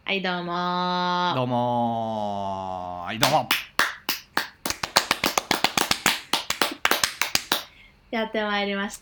はいどうもどうもはいどうもやってまいりました。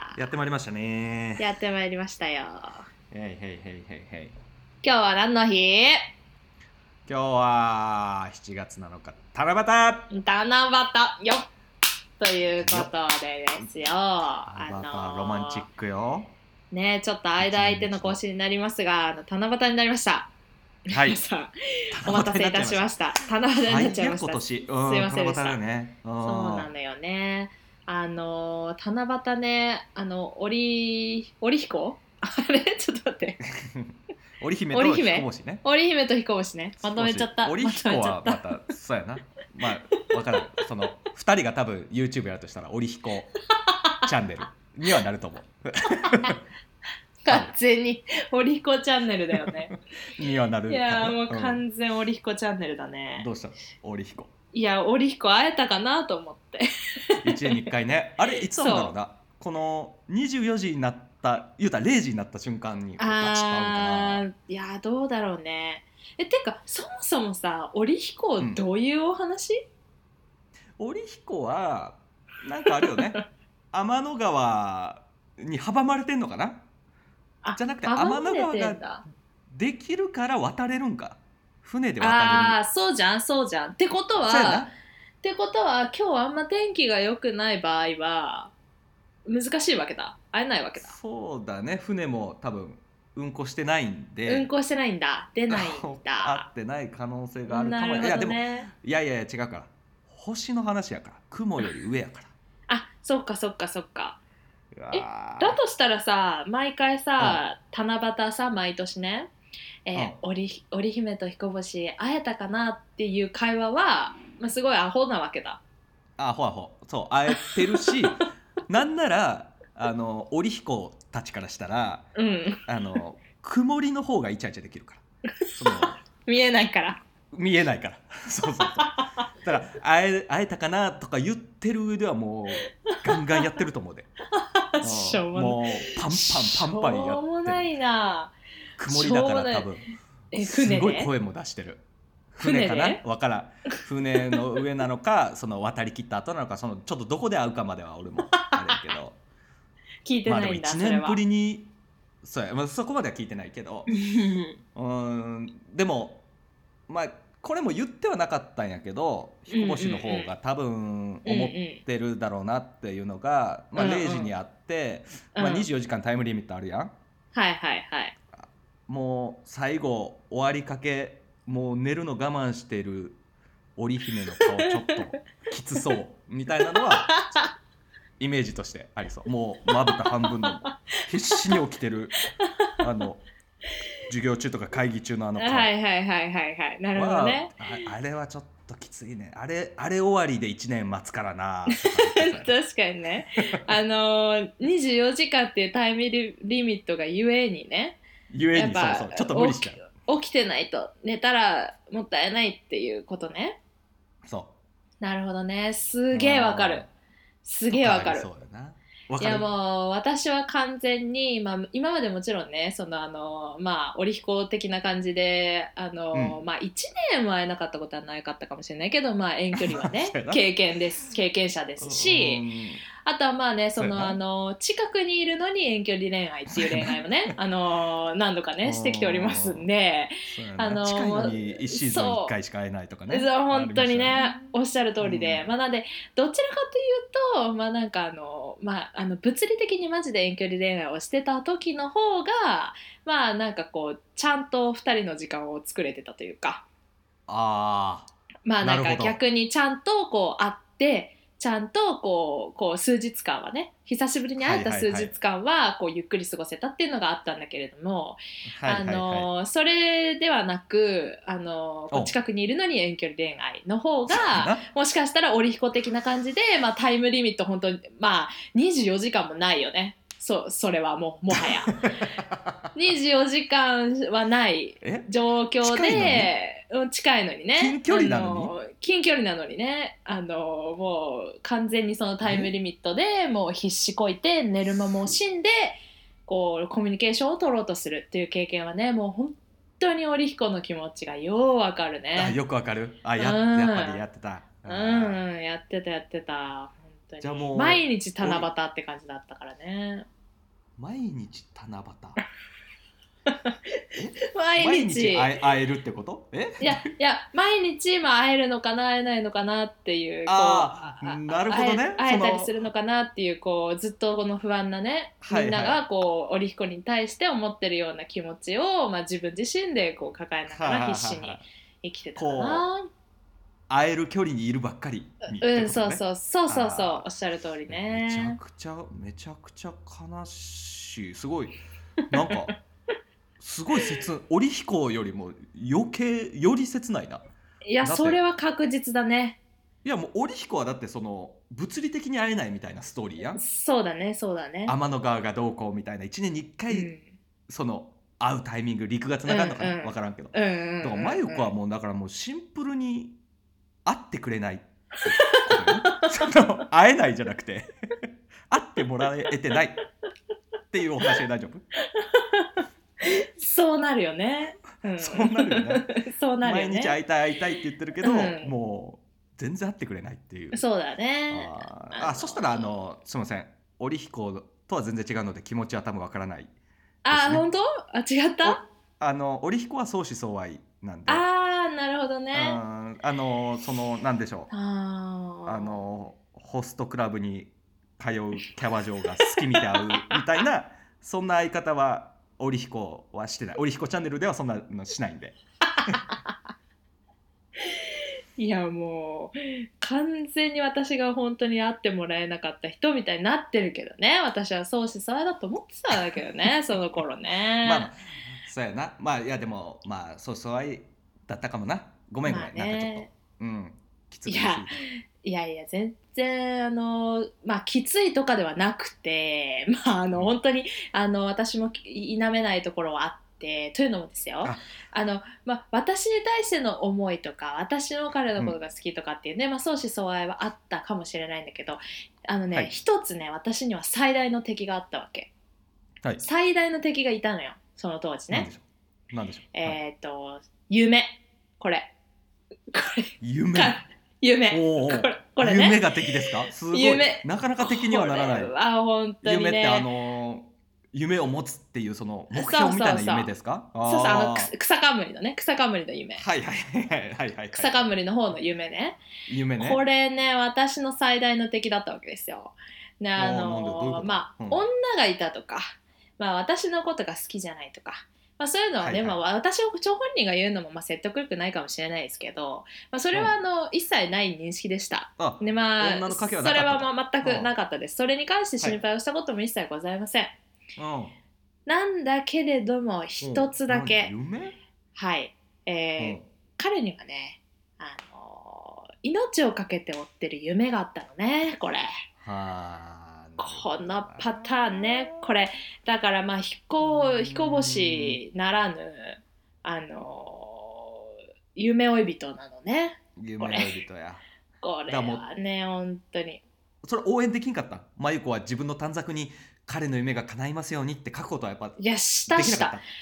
やってまいりましたね。 やってまいりましたよ。 へいへいへいへいへい。 今日は何の日？ 今日は7月7日七夕。 七夕よということでですよ。 七夕ロマンチックよ。 ね、ちょっと間空いての更新になりますが、七夕になりました。 はい皆さんお待たせいたしました。七夕になっちゃいました。 今年すいませんでした。 七夕だね。 そうなのよね。七夕ね、織彦あれちょっと待って織姫と彦星ね。 織姫と彦星ね。まとめちゃった。 織彦はまたそうやな。まあわからん。その2人が多分 YouTube やるとしたら織彦チャンネルにはなると思う。 完全に織彦チャンネルだよね。 にはなる。 いやもう完全織彦チャンネルだね。 どうしたの織彦。 いや織彦会えたかなと思って 1年に1回ね。あれいつなんだろうな。この24時になった言うたら0時になった瞬間にバチッと会うんかな。 いやどうだろうね。てかそもそもさ織彦どういうお話？ 織彦はなんかあるよね。天の川に阻まれてんのかな。じゃなくて天の川ができるから渡れるんか。船で渡れる。 ああそうじゃんそうじゃん。ってことは今日あんま天気が良くない場合は難しいわけだ。会えないわけだ。 そうだね。船も多分運航してないんで。 運航してないんだ。出ないんだ。 会ってない可能性があるかも。 なるほどね。 いやでもいや違うから。星の話やから雲より上やから。 あそっかそっかそっか。 だとしたらさ毎回さ、七夕さ毎年ね、織姫と彦星会えたかなっていう会話は、まあ、すごいアホなわけだ。 アホそう会えてるしなんなら織彦たちからしたら、曇りの方がイチャイチャできるからその見えないからそうだから会えたかなとか言ってる上ではもうガンガンやってると思うでもうパンパンやってる。しょうもないな。曇りだから多分すごい声も出してる。船かな分からん。船の上なのかその渡り切った後なのかそのちょっとどこで会うかまでは俺もあれやけど聞いてないんだ。 まあでも1年ぶりにそうや、まあ、そこまでは聞いてないけどでもまあこれも言ってはなかったんやけど彦星の方が多分思ってるだろうなっていうのが、まあ、0時にあって、まあ、24時間タイムリミットあるやん。 はいもう最後終わりかけもう寝るの我慢してる織姫の顔ちょっときつそうみたいなのはイメージとしてありそう。もうまぶた半分の必死に起きてる授業中とか会議中の顔はいなるほどね。 あれはちょっときついね。あれ終わりで1年待つからな確かにね24時間っていうタイムリミットがゆえにねそうちょっと無理しちゃう。起きてないと寝たらもったいないっていうことね。 そうなるほどね。すげえわかる。いやもう私は完全に、まあ、今までもちろんねまあ織彦的な感じでまあ1年は会えなかったことはなかったかもしれないけど、まあ、遠距離はね経験者ですし、あとはまあね近くにいるのに遠距離恋愛っていう恋愛もね何度かねしてきておりますんで近いのに1シーズン1回しか会えないとかね。 そう本当にねおっしゃる通りで、まあなんでどちらかというとまあなんか物理的にマジで遠距離恋愛をしてた時の方がまあなんかこうちゃんと2人の時間を作れてたというか、まあなんか逆にちゃんとこう会ってちゃんとこう数日間はね久しぶりに会えた数日間はこうゆっくり過ごせたっていうのがあったんだけれども、それではなく近くにいるのに遠距離恋愛の方がもしかしたら織彦的な感じで、まあ、タイムリミット本当にまあ24時間もないよね。それはもはや24時間はない状況で近いのにね近距離なのにねもう完全にそのタイムリミットでもう必死こいて寝る間も惜しんでこうコミュニケーションを取ろうとするっていう経験はねもう本当に織彦の気持ちがようわかるね。 よくわかる。やっぱりやってた。 やってた。本当にじゃあもう毎日七夕って感じだったからね。 毎日七夕毎日会えるってこと？ いや毎日会えるのかな会えないのかなっていうなるほどね。 会えたりするのかなっていうずっとこの不安なね、みんなが織彦に対して思ってるような気持ちを、自分自身で抱えながら必死に生きてたかな。 会える距離にいるばっかりに、 ね、そうおっしゃる通りね。 めちゃくちゃ悲しい。すごいなんかすごい織彦よりもより切ないな。 いやそれは確実だね。 いやもう織彦はだって物理的に会えないみたいなストーリーやん。 そうだね天の川がどうこうみたいな1年に1回、会うタイミング陸がつながるのかな、分からんけど、だから真由子はもうシンプルに会ってくれない会えないじゃなくて会ってもらえてないっていうお話で大丈夫？ そうなるよね。 そうなるよね。 毎日会いたいって言ってるけど、もう全然会ってくれないっていう。 そうだね。 そしたらすいません、織彦とは全然違うので気持ちは多分わからないですね。 本当？違った？ 織彦は相思相愛なんで。 なるほどね。 なんでしょう、ホストクラブに通うキャバ嬢が好き見て会うみたいなそんな相方は織彦はしてない。織彦チャンネルではそんなのしないんでいやもう完全に私が本当に会ってもらえなかった人みたいになってるけどね。私は相思相愛だと思ってたんだけどねその頃ね。 そうやな。いやでも相思相愛だったかもな。ごめん、なんかちょっときつい。 いや全然きついとかではなくて本当に私も否めないところはあってというのもですよ、私に対しての思いとか私の彼のことが好きとかっていうね、相思相愛はあったかもしれないんだけど一つね私には最大の敵があったわけ、最大の敵がいたのよその当時ね。 なんでしょう。 夢これ夢これね。 夢が敵ですか？すごいなかなか敵にはならない。 本当にね、 夢って夢を持つっていうその目標みたいな夢ですか？ 草冠のね、草冠の夢。草冠の方の夢ね。これね私の最大の敵だったわけですよ。で女がいたとか、私のことが好きじゃないとか。そういうのはね、私を張本人が言うのも説得力ないかもしれないですけど、それは一切ない認識でした。でそれは全くなかったです。それに関して心配をしたことも一切ございません。なんだけれども一つだけ、彼にはね命をかけて追ってる夢があったのね。このパターンね。これだから彦星ならぬ夢追い人なのね。 夢追い人や。 これはね本当にそれ応援できんかった？真由子は自分の短冊に彼の夢が叶いますようにって書くことはやっぱしたし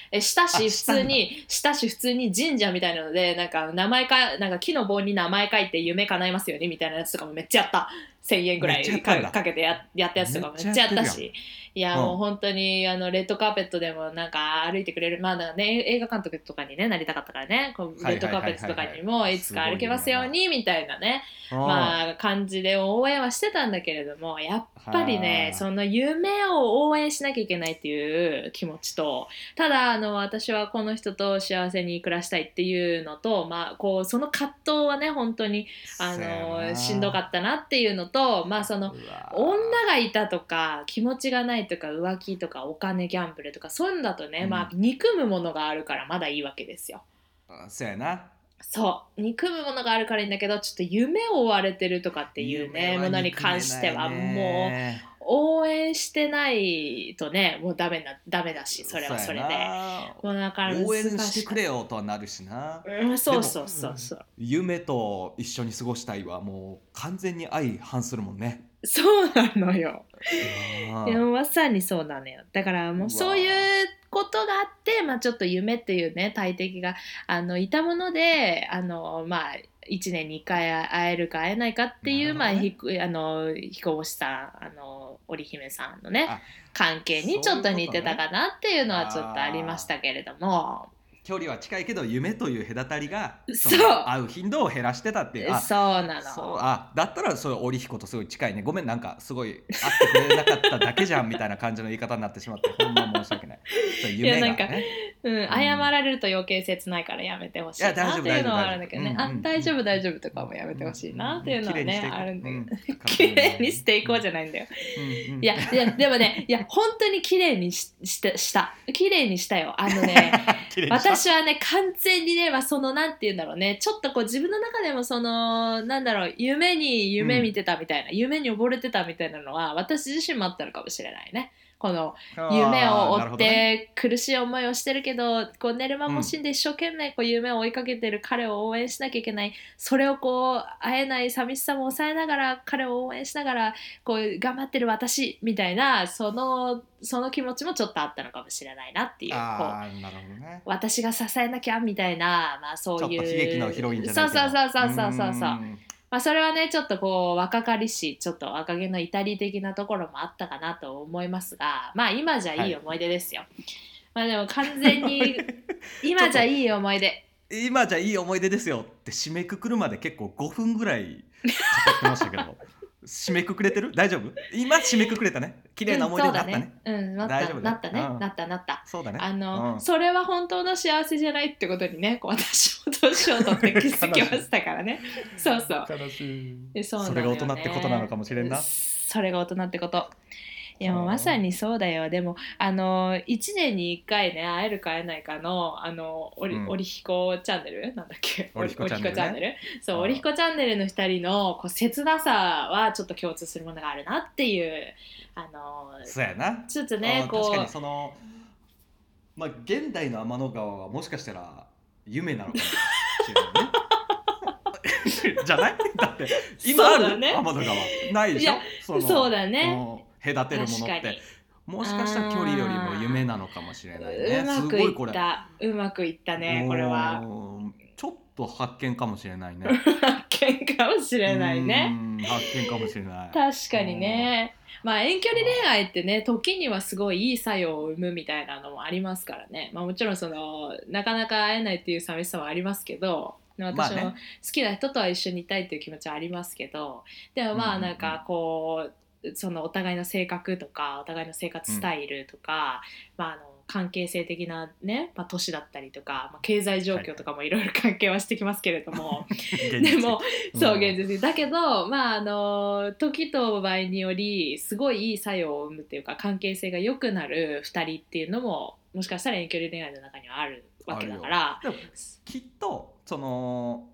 普通に神社みたいなのでなんか木の棒に名前書いて夢叶いますようにみたいなやつとかもめっちゃやった。1000円ぐらいかけてやったやつとかもめっちゃやったし、いやもう本当にレッドカーペットでもなんか歩いてくれる映画監督とかにねなりたかったからね、レッドカーペットとかにもいつか歩けますようにみたいなね感じで応援はしてたんだけれども、やっぱりねその夢を応援しなきゃいけないっていう気持ちと、ただ私はこの人と幸せに暮らしたいっていうのとその葛藤はね本当にしんどかったなっていうのと、その女がいたとか気持ちがないとか浮気とかお金ギャンブルとかそういうのだとね、憎むものがあるからまだいいわけですよ。 そうやな。 そう憎むものがあるからいいんだけど、ちょっと夢を追われてるとかっていうねものに関してはもう応援してないとねもうダメだし、それはそれでもうだから応援してくれよとはなるしな、 そうそうそうそう、 夢と一緒に過ごしたいはもう完全に相反するもんね。 そうなのよ。でもまさにそうなのよ。だからもうそういうことがあって、ちょっと夢っていうね大敵がいたもので1年に1回会えるか会えないかっていう、彦星さん織姫さんのね関係にちょっと似てたかなっていうのはちょっとありましたけれども、 距離は近いけど夢という隔たりが会う頻度を減らしてたっていう。 そうなの。 だったらそういう織彦とすごい近いね。ごめんなんかすごい会ってくれなかっただけじゃんみたいな感じの言い方になってしまってほんま申し訳ない。夢がね、 いやなんか、謝られると余計切ないからやめてほしいなっていうのはあるんだけどね。大丈夫とかもやめてほしいなっていうのはねあるんだけど、綺麗にしていこうじゃないんだよ。いやでもね、本当に綺麗にしたよ。私はね完全にね、そのなんていうんだろうね、ちょっとこう自分の中でもそのなんだろう、夢見てたみたいな、夢に溺れてたみたいなのは私自身もあったのかもしれないね。この夢を追って苦しい思いをしてるけど、こう寝る間も惜しんで一生懸命こう夢を追いかけてる彼を応援しなきゃいけない、それをこう会えない寂しさも抑えながら彼を応援しながらこう頑張ってる私みたいな、その気持ちもちょっとあったのかもしれないなっていう、 なるほどね、 私が支えなきゃみたいな、そういうちょっと悲劇のヒロインじゃないけど、 そうそれはねちょっとこう若かりしちょっと若気の至り的なところもあったかなと思いますが、今じゃいい思い出ですよ、でも完全に今じゃいい思い出今じゃいい思い出ですよって締めくくるまで結構5分ぐらい語ってましたけど締めくくれてる？大丈夫？今締めくくれたね。綺麗な思い出になったね。 大丈夫だね。なった。 そうだね。 それは本当の幸せじゃないってことにね、私も年を取って気づきましたからね。そう。 悲しい。 それが大人ってことなのかもしれんな。 それが大人ってこと。いやもうまさにそうだよ。でも1年に1回ね会えるか会えないかの織彦チャンネルなんだっけ、織彦チャンネル、そう織彦チャンネルの2人のこう切なさはちょっと共通するものがあるなっていうそうやな。 ちょっとねこう確かにその現代の天の川はもしかしたら夢なのかもしれないねじゃない？だって今ある天の川ないでしょ。 そうだね。 隔てるものってもしかしたら距離よりも夢なのかもしれないね。 うまくいったね。これはちょっと発見かもしれないね。 発見かもしれないね。 発見かもしれない。 確かにね。遠距離恋愛ってね時にはすごいいい作用を生むみたいなのもありますからね。もちろんなかなか会えないっていう寂しさはありますけど、私も好きな人とは一緒にいたいっていう気持ちはありますけど、でもなんかこうそのお互いの性格とかお互いの生活スタイルとか、関係性的なね、年だったりとか、経済状況とかもいろいろ関係はしてきますけれども、でもそう現実的だけど、時と場合によりすごいいい作用を生むっていうか関係性が良くなる2人っていうのももしかしたら遠距離恋愛の中にはあるわけだから、 きっとその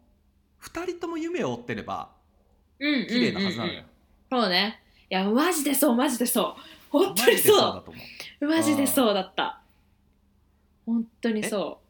2人とも夢を追ってれば綺麗なはずなのよ。 そうね。いやマジでそう本当にそうマジでそうだった。本当にそう。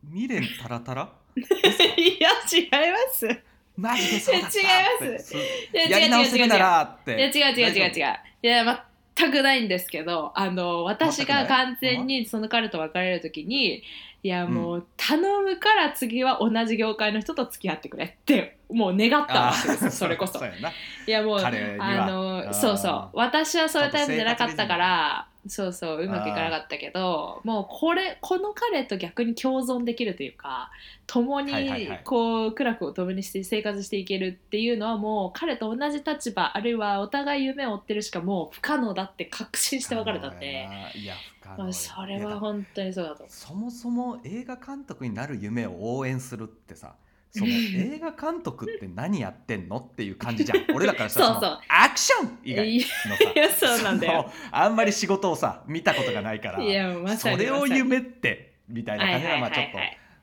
未練タラタラいや違います。 マジでそうだった。 違います。 やり直せるならって。 いや違う。いや全くないんですけど、私が完全にその彼と別れる時に、いやもう頼むから次は同じ業界の人と付き合ってくれってもう願ったわけです。それこそ。いやもうそう私はそういうタイプじゃなかったからうまくいかなかったけど、もうこの彼と逆に共存できるというか、共にこう苦楽を共にして生活していけるっていうのはもう彼と同じ立場、あるいはお互い夢を追ってるしかもう不可能だって確信して別れたって。 いや不可能。 それは本当にそうだと。 そもそも映画監督になる夢を応援するってさ、その映画監督って何やってんのっていう感じじゃん。俺らからしたらアクション以外のさ、 いやそうなんだよ。 あんまり仕事をさ見たことがないから、 いやまさにそれを夢ってみたいな感じがちょっと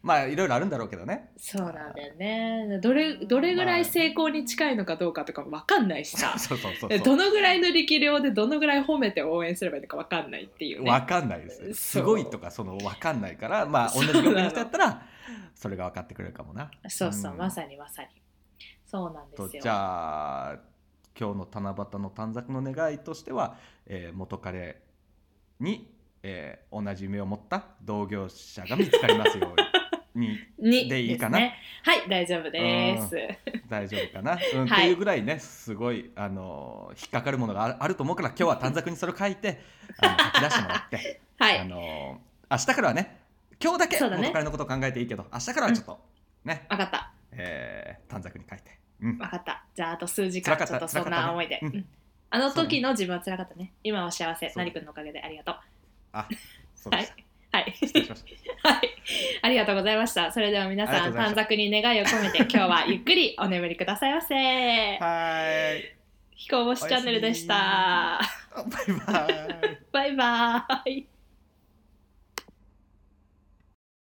まあいろいろあるんだろうけどね。 そうなんだよね。どれぐらい成功に近いのかどうかとか分かんないしさ、 そうどのぐらいの力量でどのぐらい褒めて応援すればいいのか分かんないっていうね。 分かんないですよ。すごいとかその分かかんないから、まあ同じ業界の人やったらそれが分かってくれるかもな。 そうそう、まさにそうなんですよ。 じゃあ今日の七夕の短冊の願いとしては、元彼に、同じ夢を持った同業者が見つかりますようにでいいかな、 ね、はい大丈夫です、 大丈夫かな、はい、っていうぐらいねすごい引っかかるものがあると思うから、今日は短冊にそれを書いて書き出してもらって、はい、明日からはね、今日だけ元彼のことを考えていいけど、明日からはちょっとね、 分かった、 短冊に書いて、 分かった。じゃああと数時間ちょっとそんな思いで、あの時の自分は辛かったね。今は幸せ。なりくんのおかげでありがとう。 あ、そうです。 はい。失礼しました。はい。ありがとうございました。それでは皆さん、短冊に願いを込めて今日はゆっくりお眠りくださいませ。 はい。 ひこぼしチャンネルでした。 バイバイ。 バイバイ。